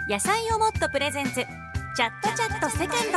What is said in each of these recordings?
野菜をもっとプレゼンツチャットチャットセカンド。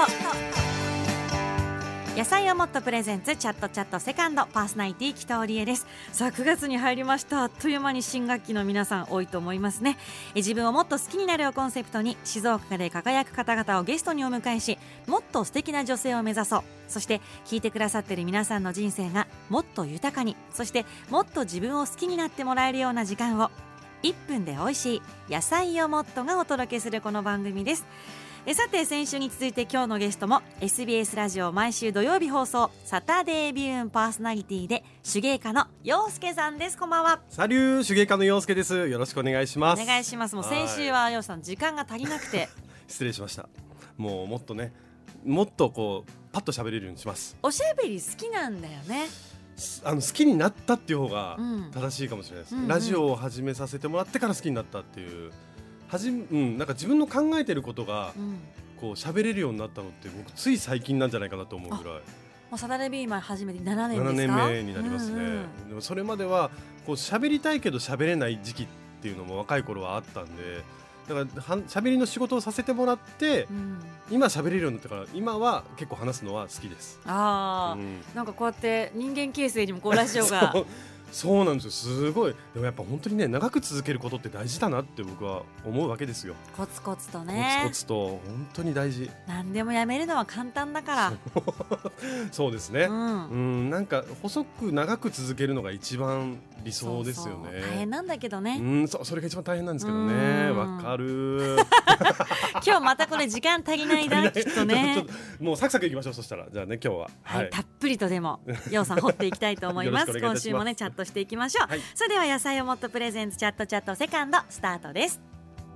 野菜をもっとプレゼンツチャットチャットセカンド、パーソナリティ北尾理恵です。さあ9月に入りました。あっという間に新学期の皆さん多いと思いますね。自分をもっと好きになるをコンセプトに静岡で輝く方々をゲストにお迎えし、もっと素敵な女性を目指そう。そして聞いてくださっている皆さんの人生がもっと豊かに、そしてもっと自分を好きになってもらえるような時間を1分で美味しい野菜をもっとがお届けするこの番組です。さて先週に続いて今日のゲストも SBS ラジオ毎週土曜日放送サタデービューンパーソナリティで手芸家の陽介さんです。こんばんは。 サリュー、手芸家の陽介です。よろしくお願いします。 お願いします。もう先週は陽介さん時間が足りなくて失礼しました。もっとね、もっとこうパッと喋れるようにします。 おしゃべり好きなんだよね。 好きになったっていう方が正しいかもしれないです、 うんうん、 ラジオを始めさせてもらってから好きになったっていうなんか自分の考えてることがこう喋れるようになったのって僕つい最近なんじゃないかなと思うぐらい。 もうサタデービューン始めて7年ですか。 7年目になりますね、でもそれまではこう喋りたいけど喋れない時期っていうのも若い頃はあったんで、だから喋りの仕事をさせてもらって、今喋れるようになったから今は結構話すのは好きです。 なんかこうやって人間形成にもこうラジオがそうなんですよ。すごい。でもやっぱ本当にね、長く続けることって大事だなって僕は思うわけですよ。 コツコツとね、 コツコツと本当に大事。 何でもやめるのは簡単だからそうですね、なんか細く長く続けるのが一番理想ですよね。 そう大変なんだけどね。 それが一番大変なんですけどね。わかる今日またこれ時間足りないだきっとねもうサクサクいきましょう。そしたらじゃあね、今日は、 たっぷりとでも陽さん掘っていきたいと思います今週もねチャットしていきましょう、それでは野菜をもっとプレゼンツチャットチャットセカンドスタートです。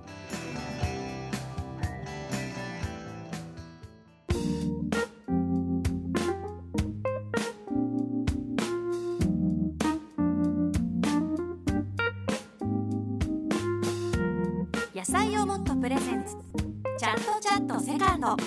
野菜をもっとプレゼンツチャットチャットセカンド。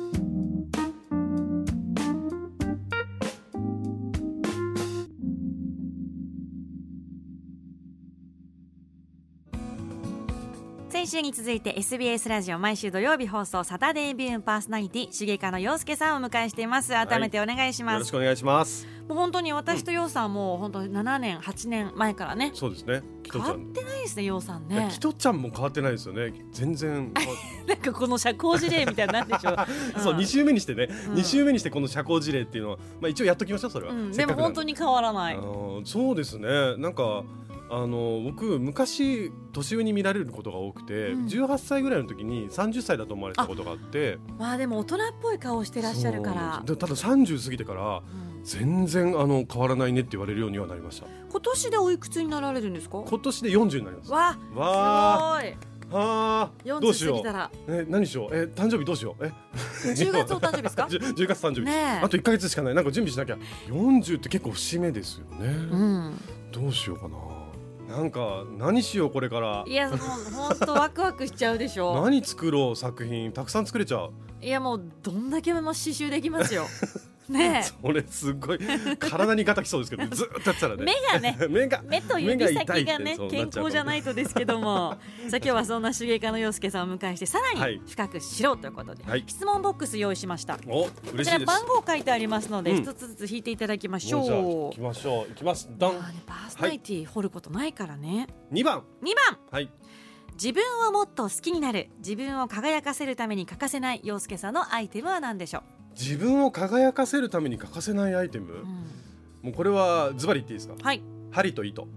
先週に続いて SBS ラジオ毎週土曜日放送サタデービューンパーソナリティ手芸家の陽介さんをお迎えしています。改めてお願いします、 よろしくお願いします。 もう本当に私と陽さんも本当7年8年前からね。 そうですね。 変わってないですね陽さんね。 キトちゃんも変わってないですよね。全然なんかこの社交辞令みたいなんでしょそう2週目にしてね、2週目にしてこの社交辞令っていうのは、一応やっときましょうそれは、 でも本当に変わらない。 そうですね。なんか僕昔年上に見られることが多くて、18歳ぐらいの時に30歳だと思われたことがあって。 でも大人っぽい顔してらっしゃるから。 ただ30過ぎてから、全然変わらないねって言われるようにはなりました。 今年でおいくつになられるんですか。 今年で40になります。 わあすごい。 どうしよう。何しよう。誕生日どうしよう。 10月お誕生日ですか。 10月誕生日、あと1ヶ月しかない。なんか準備しなきゃ。40って結構節目ですよね、どうしようかな。なんか何しようこれから。 いやもう本当ワクワクしちゃうでしょ何作ろう。作品たくさん作れちゃう。 いやもうどんだけも刺繍できますよね。 それすごい体に肩きそうですけどずっとやってたらね目と指先がね健康じゃないとですけどもさあ今日はそんな手芸家の陽介さんをお迎えしてさらに深く知ろうということで、質問ボックス用意しました。 嬉しいです。 こちら番号書いてありますので一つずつ引いていただきましょう。 じゃあ行きましょう。行きます。ドン。 パーソナリティ掘ることないからね。 2番。 自分をもっと好きになる、自分を輝かせるために欠かせない陽介さんのアイテムは何でしょう。 自分を輝かせるために欠かせないアイテム、もうこれはズバリ言っていいですか。針と糸。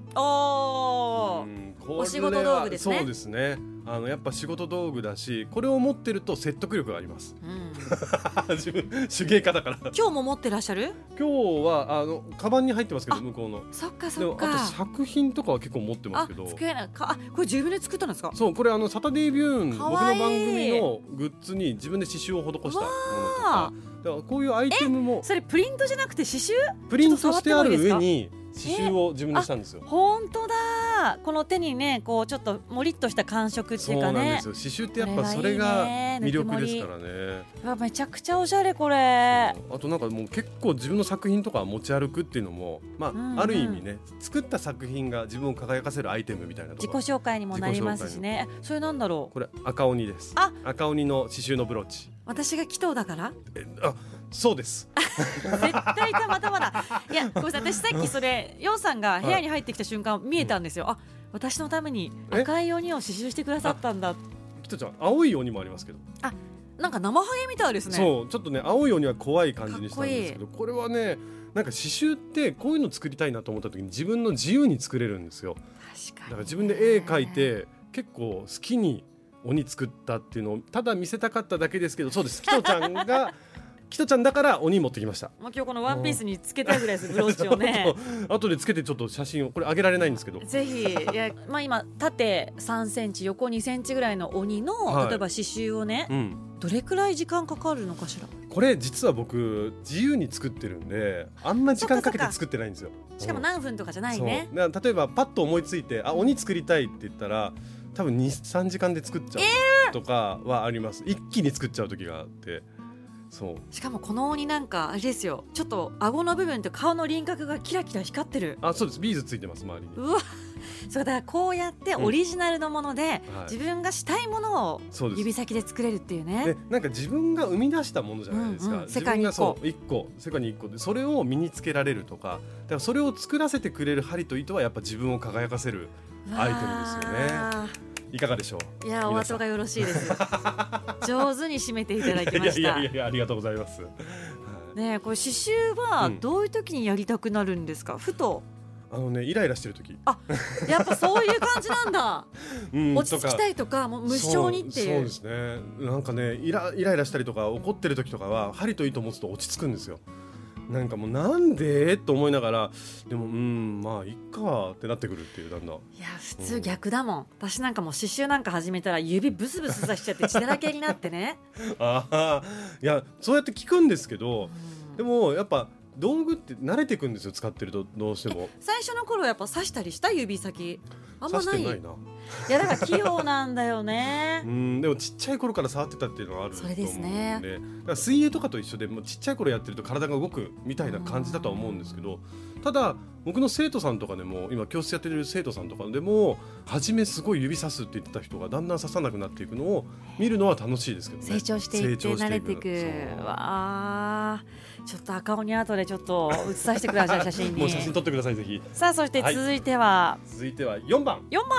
お仕事道具ですね。そうですね。やっぱ仕事道具だし、これを持ってると説得力があります、自分手芸家だから。 今日も持ってらっしゃる。 今日はカバンに入ってますけど、向こうの。 そっかそっか。 あと作品とかは結構持ってますけど。 これ自分で作ったんですか。 そう、これサタデービューン僕の番組のグッズに自分で刺繍を施したものとか。だからこういうアイテムも。 それプリントじゃなくて刺繍。 プリントしてある上に刺繍を自分でしたんですよ。 本当だ。 がこの手にねこうちょっともりっとした感触っていうかね。そうなんですよ。刺繍ってやっぱそれが魅力ですからね。 めちゃくちゃおしゃれこれ。 あとなんかもう結構自分の作品とか持ち歩くっていうのも、ある意味ね作った作品が自分を輝かせるアイテムみたいなとこ。 自己紹介にもなりますしね。それなんだろう。 これ赤鬼です。赤鬼の刺繍のブローチ。 私が紀藤だから。 そうです絶対たまたまだ。いやごめんなさい、私さっきそれヨウさんが部屋に入ってきた瞬間見えたんですよ。私のために赤い鬼を刺繍してくださったんだ。 紀藤ちゃん青い鬼もありますけど。 なんか生ハゲみたいですね。 そうちょっとね青い鬼は怖い感じにしたんですけど、これはねなんか刺繍ってこういうの作りたいなと思った時に自分の自由に作れるんですよ。 確かに。 だから自分で絵描いて結構好きに鬼作ったっていうのをただ見せたかっただけですけど、そうです。紀藤ちゃんが紀藤ちゃんだから鬼持ってきました。 もう今日このワンピースにつけたいぐらいですブローチをね後でつけてちょっと写真をこれ上げられないんですけどぜひ。いや、今縦3センチ横2センチぐらいの鬼の、例えば刺繍をね、どれくらい時間かかるのかしら。 これ実は僕自由に作ってるんであんま時間かけて作ってないんですよ。 しかも何分とかじゃないね。 例えばパッと思いついて鬼作りたいって言ったら多分 2,3 時間で作っちゃうとかはあります。一気に作っちゃう時があって。そうしかもこの鬼なんかあれですよ、ちょっと顎の部分と顔の輪郭がキラキラ光ってる。 そうです。ビーズついてます周りに。 うわそうだからこうやってオリジナルのもので、自分がしたいものを指先で作れるっていうね。 なんか自分が生み出したものじゃないですか、 世界に1 個世界に1個でそれを身につけられるとか、だからそれを作らせてくれる針と糸はやっぱ自分を輝かせるアイテムですよね。いかがでしょう。 いやお後がよろしいです上手に締めていただきました。 いやありがとうございます。 ねえこれ刺繍はどういう時にやりたくなるんですか。ふとイライラしてる時。 やっぱそういう感じなんだ落ち着きたいとかもう無性にっていう。 そうですね。なんかねイライラしたりとか怒ってる時とかは針と糸持つと落ち着くんですよ。なんかもうなんでと思いながらでもまあいっかってなってくるっていう。だんだんいや普通逆だもん、私なんかもう刺繍なんか始めたら指ブスブスさしちゃって血だらけになってねいやそうやって聞くんですけど、でもやっぱ道具って慣れてくんですよ。使ってるとどうしても。 最初の頃やっぱ刺したりした指先あんまない。 刺してないな。 いやだから器用なんだよねでもちっちゃい頃から触ってたっていうのはあると思うんで。 それですね。 だから水泳とかと一緒でもうちっちゃい頃やってると体が動くみたいな感じだとは思うんですけど、ただ僕の生徒さんとかでも今教室やってる生徒さんとかでも初めすごい指刺すって言ってた人がだんだん刺さなくなっていくのを見るのは楽しいですけどね。 成長していって慣れていく。わちょっと赤鬼後でちょっと写させてください写真にもう写真撮ってくださいぜひ。 さあそして続いては、 4番、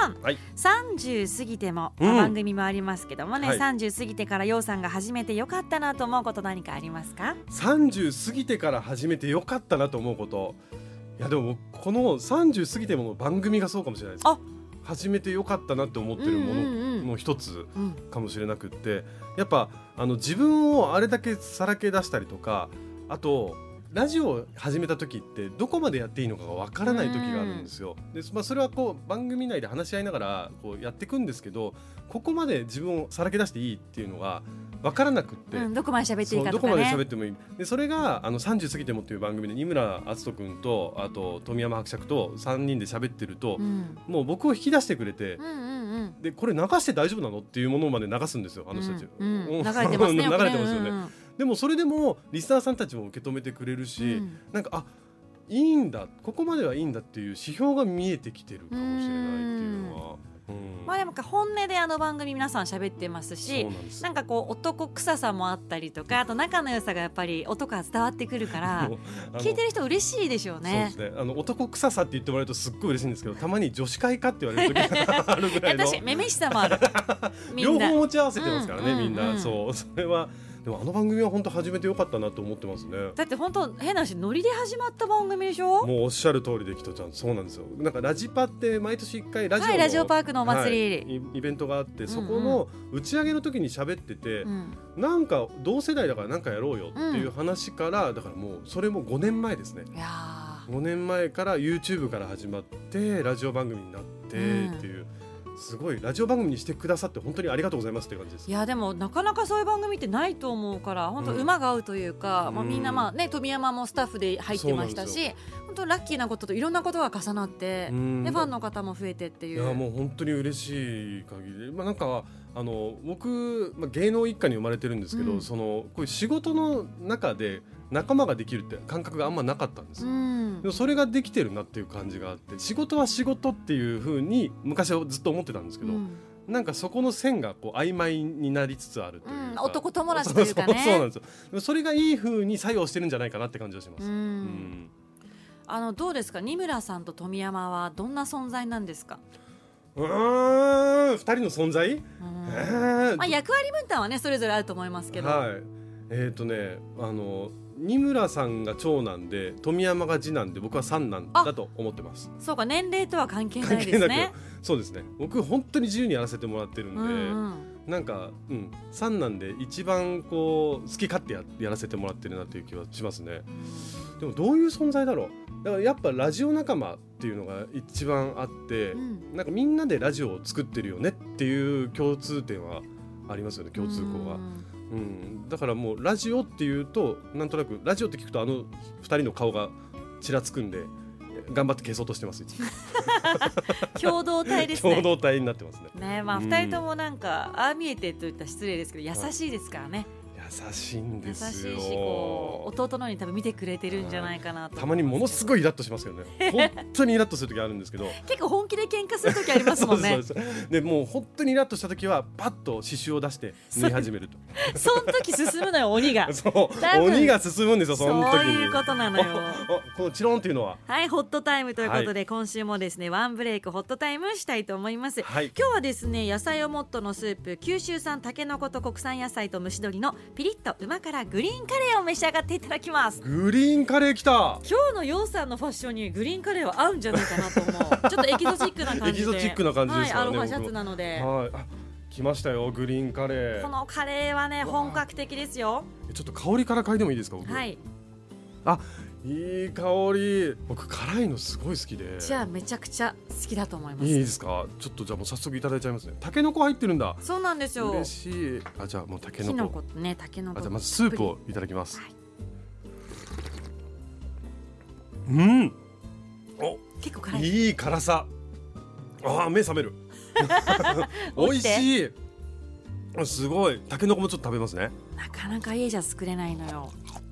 30過ぎても、番組もありますけどもね、30過ぎてからヨウさんが始めてよかったなと思うこと何かありますか。 30過ぎてから始めてよかったなと思うこと、いやでもこの30過ぎてもの番組がそうかもしれないです。始めてよかったなって思ってるものの一つかもしれなくって、やっぱ自分をあれだけさらけ出したりとか、あとラジオを始めた時ってどこまでやっていいのかがわからない時があるんですよ。で、それはこう番組内で話し合いながらこうやっていくんですけど、ここまで自分をさらけ出していいっていうのが分からなくって、 どこまで喋っていいかとかね。 どこまで喋ってもいい。でそれが30過ぎてもっていう番組で二村篤人君とあと富山伯爵と3人で喋ってると、もう僕を引き出してくれて、でこれ流して大丈夫なのっていうものまで流すんですよ、あの人たち。 流れてますね。 流れてますよね。でもそれでもリスナーさんたちも受け止めてくれるし、なんかいいんだ、ここまではいいんだっていう指標が見えてきてるかもしれないっていうのは。 まあでも本音で番組皆さん喋ってますし、なんかこう男臭さもあったりとか、あと仲の良さがやっぱり音から伝わってくるから聞いてる人嬉しいでしょうね。 そうですね。男臭さって言ってもらえるとすっごい嬉しいんですけど、たまに女子会かって言われる時があるぐらいの私めめしさもある両方持ち合わせてますからね、みんな。そう、それはでも番組は本当始めてよかったなと思ってますね。だって本当変な話、ノリで始まった番組でしょ。 もうおっしゃる通りで、キトちゃんそうなんですよ。なんかラジパって毎年1回ラジオパークのお祭り、 イベントがあって、そこの打ち上げの時に喋ってて、なんか同世代だからなんかやろうよっていう話から、だからもうそれも5年前ですね。5年前から YouTube から始まってラジオ番組になってっていう、 すごいラジオ番組にしてくださって本当にありがとうございますっていう感じです。 いやでもなかなかそういう番組ってないと思うから本当馬が合うというか、みんな富山もスタッフで入ってましたし、本当ラッキーなことといろんなことが重なって、でファンの方も増えてっていう。 いやもう本当に嬉しい限りで、なんか僕、芸能一家に生まれてるんですけど、こういう仕事の中で仲間ができるって感覚があんまなかったんですよ、でもそれができてるなっていう感じがあって、仕事は仕事っていう風に昔はずっと思ってたんですけど、なんかそこの線がこう曖昧になりつつあるというか、 男友達というかね。 そうなんですよ。でもそれがいい風に作用してるんじゃないかなって感じがします。 どうですか、二村さんと富山はどんな存在なんですか。 2人の存在、 役割分担はねそれぞれあると思いますけど、 二村さんが長男で富山が次男で僕は三男だと思ってます。 そうか、年齢とは関係ないですね。 そうですね、僕本当に自由にやらせてもらってるんで、なんか、三男で一番こう好き勝手 やらせてもらってるなっていう気はしますね。でもどういう存在だろう。だからやっぱラジオ仲間っていうのが一番あって、なんかみんなでラジオを作ってるよねっていう共通点はありますよね、共通項が。だからもうラジオっていうとなんとなくラジオって聞くと2人の顔がちらつくんで頑張って消そうとしてます。 共同体ですね。 共同体になってますね。 2人ともなんかああ見えてといったら失礼ですけど優しいですからね。 優しいんですよ。 優しいし、こう弟のように多分見てくれてるんじゃないかなと。 たまにものすごいイラッとしますけどね。本当にイラッとする時あるんですけど結構本気で喧嘩する時ありますもんね。 そうでもう本当にイラッとした時はパッと刺繍を出して縫い始めると。 その時進むのよ、鬼が。 そう鬼が進むんですよ、その時に。 そういうことなのよ。 このチロンっていうのはホットタイムということで、今週もですねワンブレイクホットタイムしたいと思います。今日はですね、野菜をモットのスープ、九州産タケノコと国産野菜と蒸し鶏のピリッと旨辛グリーンカレーを召し上がっていただきます。 グリーンカレーきた。 今日のヨウさんのファッションにグリーンカレーは合うんじゃないかなと思う。ちょっとエキゾチックな感じで。エキゾチックな感じですからね。アロハシャツなので。 来ましたよ、グリーンカレー。 このカレーはね本格的ですよ。 ちょっと香りから嗅いでもいいですか、僕。いい香り。僕辛いのすごい好きで。 じゃあめちゃくちゃ好きだと思います。 いいですか。ちょっとじゃあもう早速いただいちゃいますね。タケノコ入ってるんだ。 そうなんですよ。 嬉しい。じゃあもうタケノコ。 キノコとね、タケノコ。 じゃあまずスープをいただきます。 結構辛い。 いい辛さ。目覚める。美味しい。すごい。タケノコもちょっと食べますね。 なかなか家じゃ作れないのよ。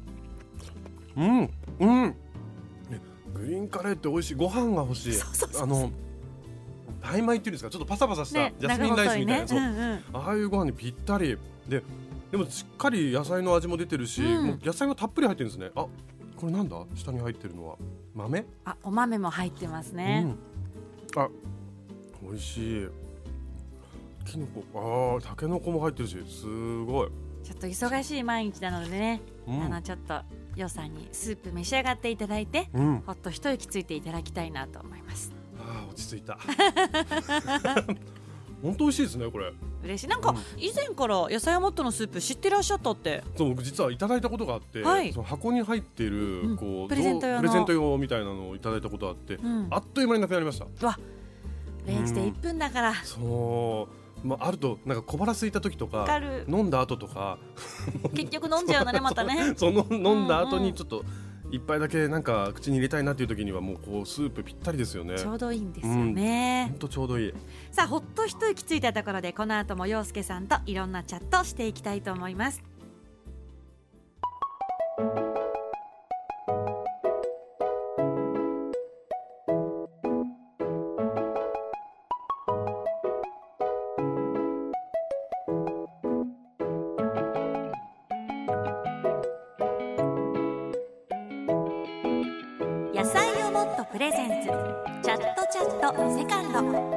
グリーンカレーって美味しい。ご飯が欲しい。タイ米っていうんですか、ちょっとパサパサしたジャスミンライスみたいな、ああいうご飯にぴったりで、でもしっかり野菜の味も出てるし、もう野菜がたっぷり入ってるんですね。これなんだ、下に入ってるのは豆。 お豆も入ってますね。 美味しい。キノコ、タケノコも入ってるし、すごい。 ちょっと忙しい毎日なのでね、ちょっとヨウさんにスープ召し上がっていただいて、ほっと一息ついていただきたいなと思います。 落ち着いた。本当美味しいですね、これ。 嬉しい。なんか以前から野菜モットのスープ知ってらっしゃったって。 そう、僕実はいただいたことがあって、その箱に入っているこうプレゼント用みたいなのをいただいたことがあって、あっという間になくなりました。 レンジで1分だから。 そう、あるとなんか小腹空いた時とか飲んだ後とか結局飲んじゃうのね、またね。 その飲んだ後にちょっと一杯だけなんか口に入れたいなっていう時にはもうこうスープぴったりですよね。 ちょうどいいんですよね。 ほんとちょうどいい。 さあ、ほっと一息ついたところでこの後も陽介さんといろんなチャットしていきたいと思います。野菜をもっとプレゼンツ、チャットチャットセカンド。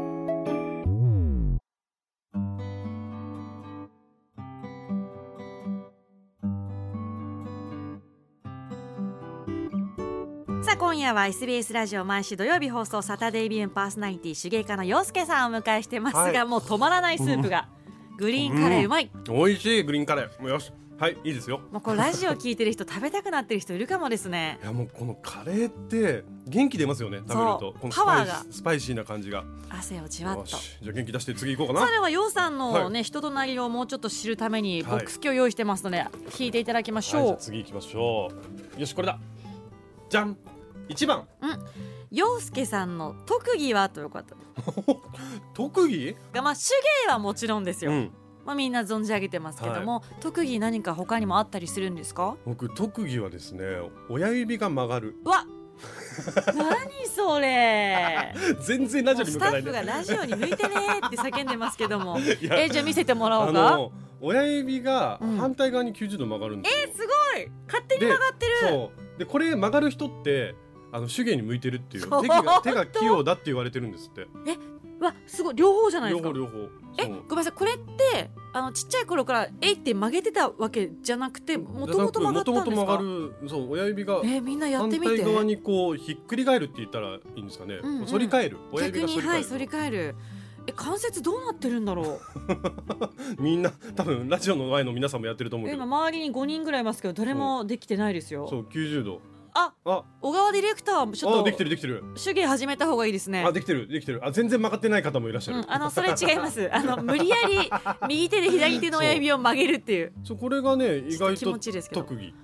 さあ、今夜は SBS ラジオ毎週土曜日放送サタデービューンパーソナリティ手芸家の陽介さんをお迎えしてますが、もう止まらないスープが、グリーンカレーうまい。 美味しい。グリーンカレー、よし。 はいいいですよ。 もうこれラジオ聞いてる人食べたくなってる人いるかもですね。 いやもうこのカレーって元気出ますよね、食べると。このパワーがスパイシーな感じが。 汗をじわっと。 よしじゃあ元気出して次行こうかな。 それではようさんのね、 はい人となりをもうちょっと知るためにボックス今日用意してますので、引いていただきましょう。 はい、じゃあ次行きましょう。よしこれだ。じゃん1番。 陽介さんの特技はということ特技？ が、まあ手芸はもちろんですよ、まあ、みんな存じ上げてますけども、特技何か他にもあったりするんですか？ 僕特技はですね、親指が曲がる。 うわ何それ全然ラジオに向かないね。 スタッフがラジオに向いてねって叫んでますけどもいやじゃあ見せてもらおうか。 親指が反対側に90度曲がるんですよ。 すごい勝手に曲がってる。 そうでこれ曲がる人って手芸に向いてるっていう、手が器用だって言われてるんですって。 わすごい両方じゃないですか。 両方ごめんなさい、これってちっちゃい頃からって曲げてたわけじゃなくて、もともと曲がったんですか？ もともと曲がる。そう親指がみんなやってみて。 反対側にこうひっくり返るって言ったらいいんですかね、反り返る。親指が逆に反り返る。関節どうなってるんだろうみんな多分ラジオの前の皆さんもやってると思うけど、 今周りに5人ぐらいいますけど誰もできてないですよ。 そう90度。 小川ディレクターちょっとできてる手芸始めた方がいいですね。 できてる全然曲がってない方もいらっしゃる。 それ違います無理やり右手で左手の親指を曲げるっていう。 そうこれがね意外と特技。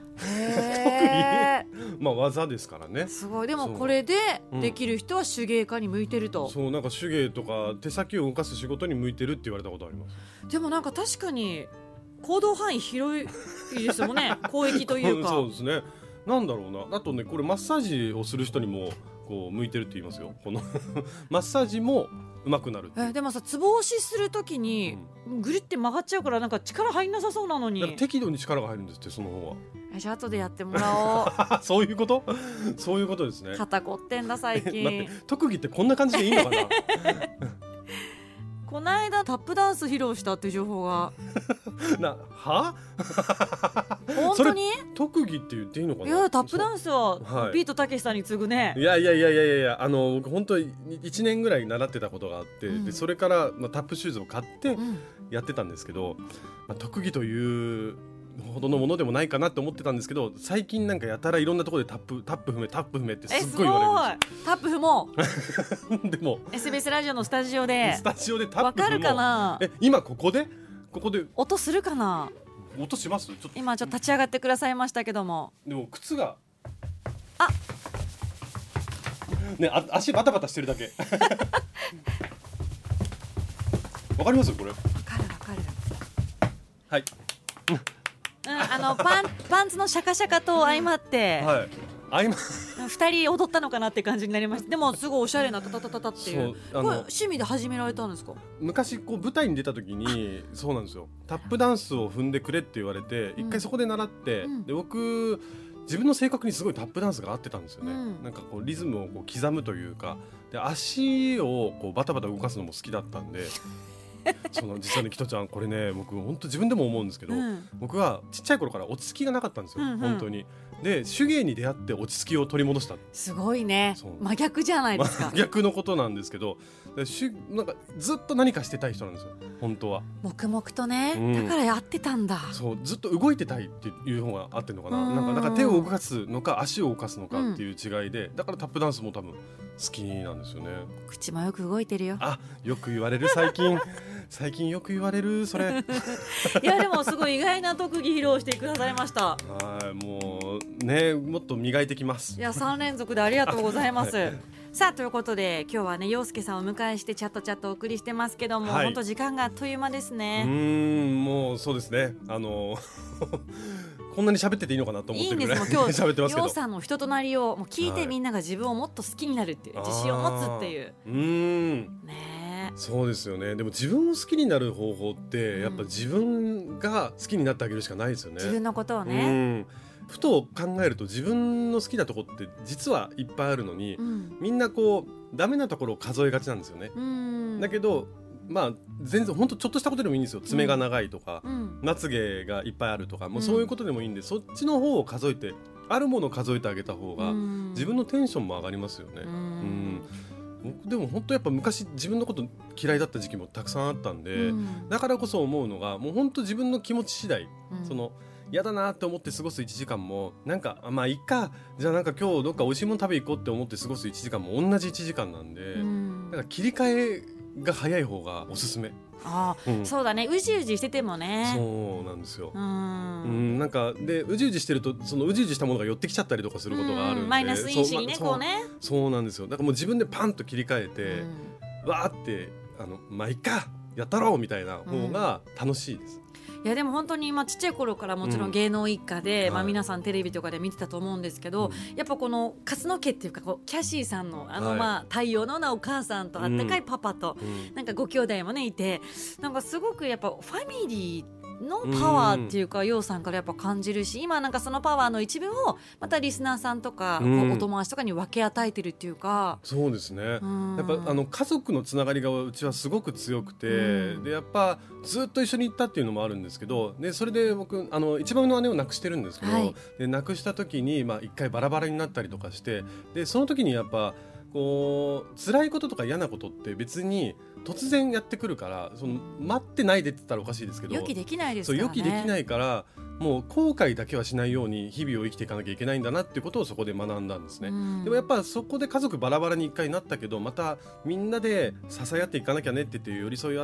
まあ技ですからね。 すごい。でもこれでできる人は手芸家に向いてると。 そうなんか手芸とか手先を動かす仕事に向いてるって言われたことあります。 でもなんか確かに行動範囲広いですもんね広域というか。 そうですね。なんだろうな。あとねこれマッサージをする人にもこう向いてるって言いますよ。このマッサージも上手くなるって。 でもさ、ツボ押しするときにぐるって曲がっちゃうからなんか力入んなさそうなのに。 適度に力が入るんですってその方は。 じゃあ後でやってもらおうそういうことそういうことですね。 肩凝ってんだ最近特技ってこんな感じでいいのかなこの間タップダンス披露したっていう情報がは本当に特技って言っていいのかな。 いやタップダンスはビートたけしさんに次ぐね。 いや僕本当に1年ぐらい習ってたことがあって、でそれから、タップシューズを買ってやってたんですけど、特技というほどのものでもないかなって思ってたんですけど、最近なんかやたらいろんなところでタップ踏めってすっごい言われるんですよ。 タップ踏もうでも SBS ラジオのスタジオでタップ踏もう。 わかるかな。 今ここで音するかな。 音します？ 今ちょっと立ち上がってくださいましたけども。 でも靴が足バタバタしてるだけわかりますこれ？わかるはい。 パンツのシャカシャカと相まって、2人踊ったのかなって感じになりました。でもすごいおしゃれなタタタタタっていう。これ趣味で始められたんですか？ 昔こう舞台に出た時にそうなんですよ。タップダンスを踏んでくれって言われて一回そこで習って、で僕自分の性格にすごいタップダンスが合ってたんですよね。なんかこうリズムをこう刻むというか、で足をこうバタバタ動かすのも好きだったんで実はねキトちゃんこれね僕本当自分でも思うんですけど、僕はちっちゃい頃から落ち着きがなかったんですよ、本当に。で手芸に出会って落ち着きを取り戻した。 すごいね。真逆じゃないですか。 真逆のことなんですけど、なんかずっと何かしてたい人なんですよ本当は。 黙々とね、だからやってたんだ。 そうずっと動いてたいっていう方が合ってるのかな。なんか手を動かすのか足を動かすのかっていう違いで、だからタップダンスも多分好きなんですよね。 口もよく動いてるよ。 よく言われる最近よく言われるそれいやでもすごい意外な特技披露してくださいました。 もうねもっと磨いてきます。 いや3連続でありがとうございますさあということで今日はね陽介さんをお迎えしてチャットお送りしてますけども、本当時間があっという間ですね。 もうそうですねこんなに喋ってていいのかなと思ってるぐらいいいんですもう今日喋ってますけど、 陽さんの人となりをもう聞いて、みんなが自分をもっと好きになるっていう自信を持つっていうね。 そうですよね。でも自分を好きになる方法ってやっぱ自分が好きになってあげるしかないですよね。 自分のことをね。 ふと考えると自分の好きなとこって実はいっぱいあるのに、みんなこうダメなところを数えがちなんですよね。だけど全然本当ちょっとしたことでもいいんですよ。爪が長いとか、まつげがいっぱいあるとか、もうそういうことでもいいんで、そっちの方を数えて、あるものを数えてあげた方が自分のテンションも上がりますよね。僕でも本当やっぱ昔自分のこと嫌いだった時期もたくさんあったんで、だからこそ思うのがもう本当自分の気持ち次第、その嫌だなって思って過ごす1時間もなんかまあいっか、じゃあなんか今日どっか美味しいもの食べ行こうって思って過ごす1時間も同じ1時間なんで、なんか切り替えが早い方がおすすめ。 そうだね、うじうじしててもね。 そうなんですよ。なんかでうじうじしてるとそのうじうじしたものが寄ってきちゃったりとかすることがあるんで、 マイナス因子にね、こうね。 そうなんですよ。だからもう自分でパンと切り替えて、わーってまあいっかやったろうみたいな方が楽しいです。 いやでも本当にちっちゃい頃からもちろん芸能一家で、皆さんテレビとかで見てたと思うんですけど、やっぱこの勝野家っていうかキャシーさんの太陽のようなお母さんとあったかいパパと、なんかご兄弟もねいて、なんかすごくやっぱファミリーのパワーっていうか、ようさんからやっぱ感じるし、今なんかそのパワーの一部をまたリスナーさんとか、お友達とかに分け与えてるっていうか。 そうですね、やっぱ家族のつながりがうちはすごく強くて、でやっぱずっと一緒に行ったっていうのもあるんですけど、でそれで僕一番上の姉を亡くしてるんですけど、で亡くした時に一回バラバラになったりとかして、でその時にやっぱこう辛いこととか嫌なことって別に突然やってくるから、その待ってないでって言ったらおかしいですけど、 予期できないですからね。 そう予期できないから、もう後悔だけはしないように日々を生きていかなきゃいけないんだなっていうことをそこで学んだんですね。でもやっぱそこで家族バラバラに一回なったけど、またみんなで支え合っていかなきゃねっていう寄り添いあって、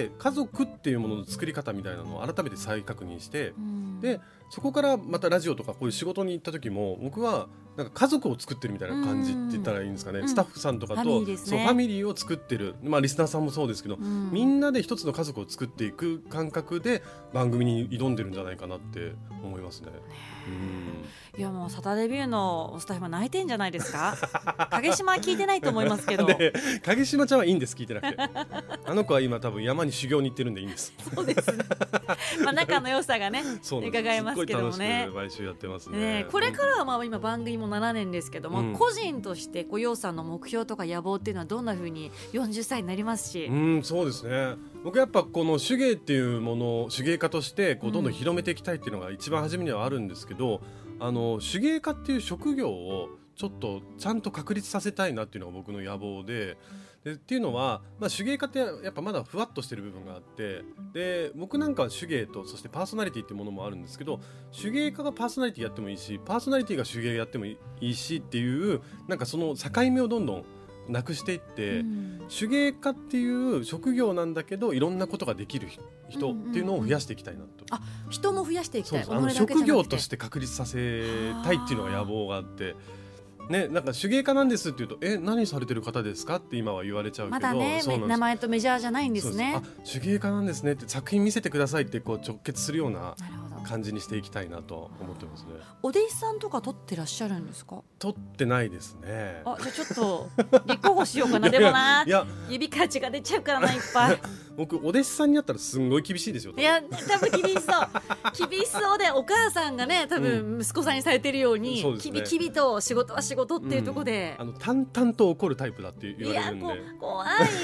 家族っていうものの作り方みたいなのを改めて再確認して、でそこからまたラジオとかこういう仕事に行った時も、僕はなんか家族を作ってるみたいな感じって言ったらいいんですかね、スタッフさんとかとファミリーを作ってる、リスナーさんもそうですけど、みんなで一つの家族を作っていく感覚で番組に挑んでるんじゃないかなって思いますね。 いやもうサタデービューのスタッフは泣いてんじゃないですか。影島は聞いてないと思いますけど。 影島ちゃんはいいんです、聞いてなくて。あの子は今多分山に修行に行ってるんでいいんです。 そうですね。仲の良さがね伺えますけどもね。 すごい楽しく毎週やってますね。 これからは今番組も7年ですけども、個人として陽さんの目標とか野望っていうのはどんな風に40歳になりますし。 そうですね。僕やっぱこの手芸っていうものを手芸家としてどんどん広めていきたいっていうのが一番初めにはあるんですけど、手芸家っていう職業をちょっとちゃんと確立させたいなっていうのが僕の野望で、っていうのは、手芸家ってやっぱまだふわっとしてる部分があって、で僕なんかは手芸とそしてパーソナリティっていうものもあるんですけど、手芸家がパーソナリティやってもいいし、パーソナリティが手芸やってもいいしっていう、なんかその境目をどんどんなくしていって、手芸家っていう職業なんだけどいろんなことができる人っていうのを増やしていきたいなと。 人も増やしていきたい。 職業として確立させたいっていうのが野望があって、ね、なんか手芸家なんですって言うと何されてる方ですかって今は言われちゃうけど、 まだね名前とメジャーじゃないんですね。 手芸家なんですねって、作品見せてくださいってこう直結するような感じにしていきたいなと思ってますね。 お弟子さんとか取ってらっしゃるんですか？ 取ってないですね。 じゃあちょっと立候補しようかな。でもな、指かちが出ちゃうからな、いっぱい。僕お弟子さんに会ったらすんごい厳しいですよ。 いや多分厳しそう厳しそうで、お母さんがね多分息子さんにされてるように、キビキビと仕事は仕事っていうところで、 淡々と怒るタイプだって言われるんで。 いや怖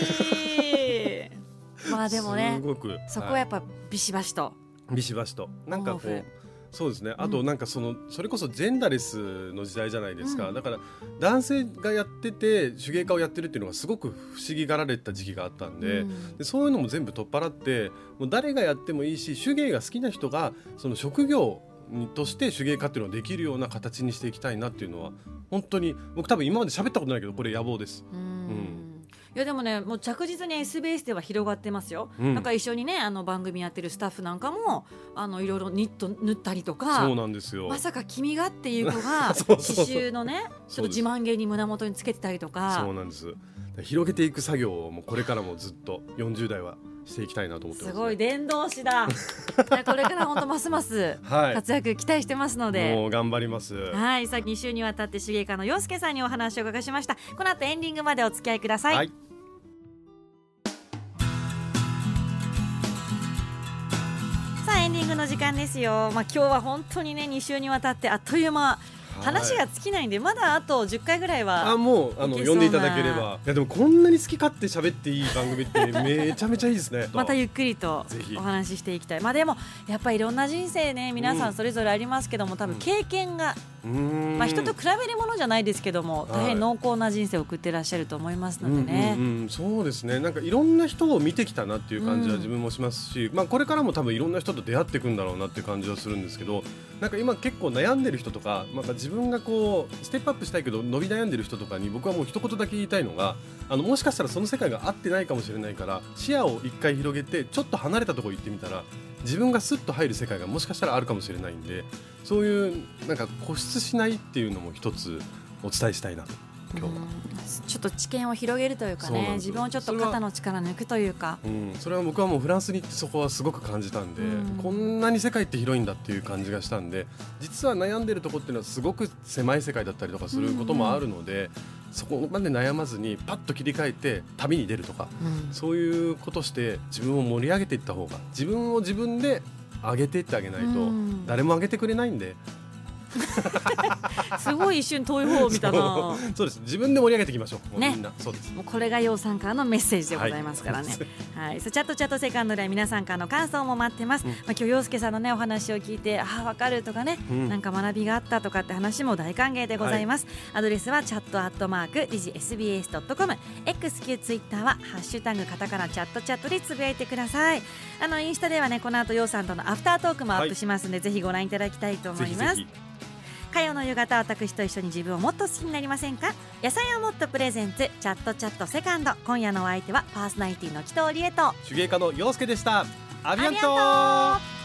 い。でもね、そこはやっぱビシバシとなんかこうそうですね。あとなんかそれこそジェンダーレスの時代じゃないですか。だから男性がやってて手芸家をやってるっていうのがすごく不思議がられた時期があったんで、そういうのも全部取っ払って、もう誰がやってもいいし、手芸が好きな人がその職業として手芸家っていうのをできるような形にしていきたいなっていうのは、本当に僕多分今まで喋ったことないけどこれ野望です。 いやでもね、もう着実に SBS では広がってますよ。なんか一緒にね番組やってるスタッフなんかもいろいろニット縫ったりとか。 そうなんですよ。 まさか君がっていう子が刺繍のねちょっと自慢げに胸元につけてたりとか。 そうなんです。広げていく作業をもうこれからもずっと40代はしていきたいなと思ってます、ね。 すごい伝道師だ。これから本当ますます活躍期待してますので、 もう頑張ります。 はい、さあ2週にわたって手芸家の陽介さんにお話を伺いしました。この後エンディングまでお付き合いください。さあエンディングの時間ですよ。今日は本当にね2週にわたってあっという間話が尽きないんで、まだあと10回ぐらいはもう呼んでいただければ。いやでもこんなに好き勝手喋っていい番組ってめちゃめちゃいいですねまたゆっくりとお話ししていきたい。でもやっぱりいろんな人生ね、皆さんそれぞれありますけども、多分経験が、人と比べるものじゃないですけども、大変濃厚な人生を送ってらっしゃると思いますのでね。 そうですね、なんかいろんな人を見てきたなっていう感じは自分もしますし、これからも多分いろんな人と出会っていくんだろうなっていう感じはするんですけど、なんか今結構悩んでる人とか、自分がこうステップアップしたいけど伸び悩んでる人とかに僕はもう一言だけ言いたいのが、もしかしたらその世界が合ってないかもしれないから、視野を一回広げてちょっと離れたところ行ってみたら、自分がスッと入る世界がもしかしたらあるかもしれないんで、そういうなんか固執しないっていうのも一つお伝えしたいなと。今日はちょっと知見を広げるというかね、自分をちょっと肩の力抜くというか、 それは僕はもうフランスに行ってそこはすごく感じたんで、こんなに世界って広いんだっていう感じがしたんで、実は悩んでるところっていうのはすごく狭い世界だったりとかすることもあるので、そこまで悩まずにパッと切り替えて旅に出るとか、そういうことして自分を盛り上げていった方が、自分を自分で上げていってあげないと誰も上げてくれないんで。 すごい一瞬遠い方を見たな。 そうです、自分で盛り上げていきましょう、みんな。そうです。 もうこれがようさんからのメッセージでございますからね。はい、チャットセカンドでは皆さんからの感想も待ってます。今日陽介さんのねお話を聞いて、分かるとかね、なんか学びがあったとかって話も大歓迎でございます。アドレスはchat@digisbs.com、 X 旧ツイッターはハッシュタグカタカナチャットでつぶやいてください。インスタではねこの後陽さんとのアフタートークもアップしますので、ぜひご覧いただきたいと思います。火曜の夕方、私と一緒に自分をもっと好きになりませんか。野菜をもっとプレゼンツチャットセカンド。今夜のお相手はパーソナリティの紀藤理恵と手芸家の陽介でした。アビアント。